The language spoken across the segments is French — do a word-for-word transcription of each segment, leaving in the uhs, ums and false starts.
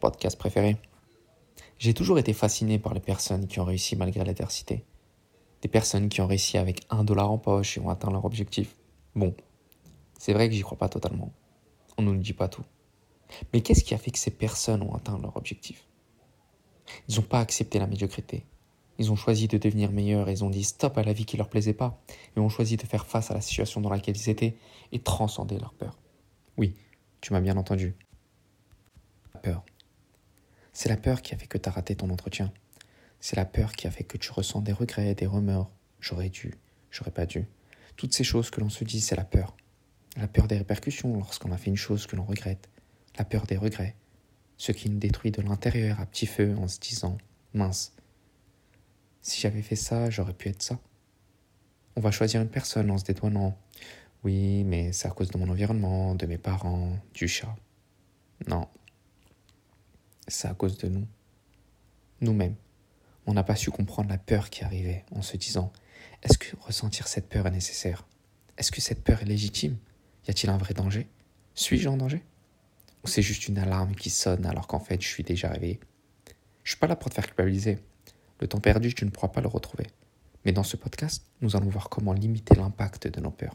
podcast préféré. J'ai toujours été fasciné par les personnes qui ont réussi malgré l'adversité. Des personnes qui ont réussi avec un dollar en poche et ont atteint leur objectif. Bon, c'est vrai que j'y crois pas totalement. On ne nous dit pas tout. Mais qu'est-ce qui a fait que ces personnes ont atteint leur objectif ? Ils n'ont pas accepté la médiocrité. Ils ont choisi de devenir meilleurs et ils ont dit stop à la vie qui leur plaisait pas et ont choisi de faire face à la situation dans laquelle ils étaient et transcender leur peur. Oui, tu m'as bien entendu. La peur. C'est la peur qui a fait que tu as raté ton entretien. C'est la peur qui a fait que tu ressens des regrets, des remords. J'aurais dû, j'aurais pas dû. Toutes ces choses que l'on se dit, c'est la peur. La peur des répercussions lorsqu'on a fait une chose que l'on regrette. La peur des regrets. Ce qui nous détruit de l'intérieur à petit feu en se disant « mince, si j'avais fait ça, j'aurais pu être ça ». On va choisir une personne en se dédouanant « oui, mais c'est à cause de mon environnement, de mes parents, du chat ». Non, c'est à cause de nous, nous-mêmes. On n'a pas su comprendre la peur qui arrivait en se disant « est-ce que ressentir cette peur est nécessaire ? Est-ce que cette peur est légitime ? Y a-t-il un vrai danger ? Suis-je en danger ? Ou c'est juste une alarme qui sonne alors qu'en fait je suis déjà réveillé ? Je suis pas là pour te faire culpabiliser. Le temps perdu, tu ne pourras pas le retrouver. Mais dans ce podcast, nous allons voir comment limiter l'impact de nos peurs.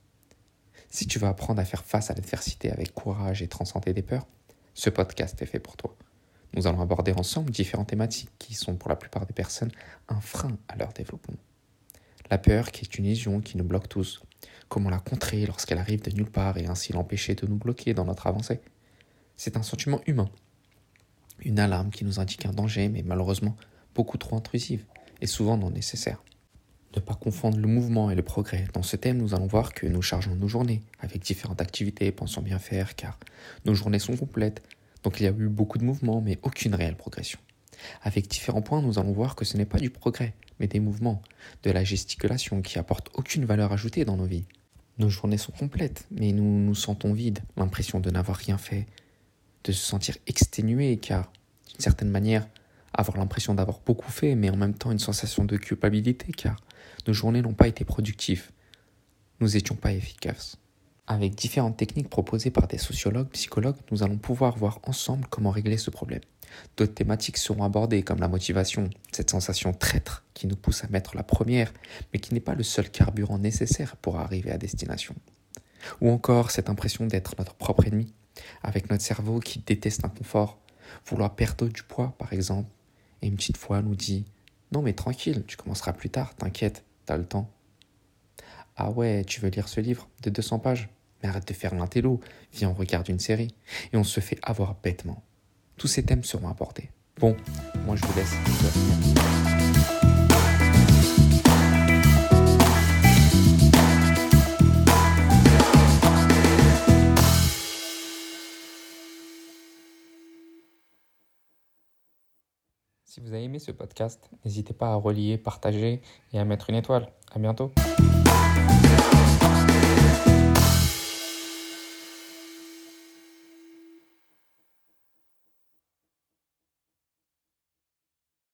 Si tu veux apprendre à faire face à l'adversité avec courage et transcender des peurs, ce podcast est fait pour toi. Nous allons aborder ensemble différentes thématiques qui sont pour la plupart des personnes un frein à leur développement. La peur qui est une illusion qui nous bloque tous. Comment la contrer lorsqu'elle arrive de nulle part et ainsi l'empêcher de nous bloquer dans notre avancée. C'est un sentiment humain. Une alarme qui nous indique un danger, mais malheureusement beaucoup trop intrusive et souvent non nécessaire. Ne pas confondre le mouvement et le progrès. Dans ce thème, nous allons voir que nous chargeons nos journées avec différentes activités, pensant bien faire, car nos journées sont complètes. Donc il y a eu beaucoup de mouvements, mais aucune réelle progression. Avec différents points, nous allons voir que ce n'est pas du progrès, mais des mouvements, de la gesticulation qui apporte aucune valeur ajoutée dans nos vies. Nos journées sont complètes, mais nous nous sentons vides, l'impression de n'avoir rien fait, de se sentir exténué, car d'une certaine manière, avoir l'impression d'avoir beaucoup fait, mais en même temps une sensation de culpabilité, car nos journées n'ont pas été productives. Nous n'étions pas efficaces. Avec différentes techniques proposées par des sociologues, psychologues, nous allons pouvoir voir ensemble comment régler ce problème. D'autres thématiques seront abordées comme la motivation, cette sensation traître qui nous pousse à mettre la première, mais qui n'est pas le seul carburant nécessaire pour arriver à destination. Ou encore cette impression d'être notre propre ennemi, avec notre cerveau qui déteste l'inconfort, vouloir perdre du poids par exemple, et une petite voix nous dit « non mais tranquille, tu commenceras plus tard, t'inquiète, t'as le temps ». Ah ouais, tu veux lire ce livre de deux cents pages ? Mais arrête de faire l'intello, viens on regarde une série. Et on se fait avoir bêtement. Tous ces thèmes seront abordés. Bon, moi je vous laisse. Si vous avez aimé ce podcast, n'hésitez pas à relier, partager et à mettre une étoile. À bientôt.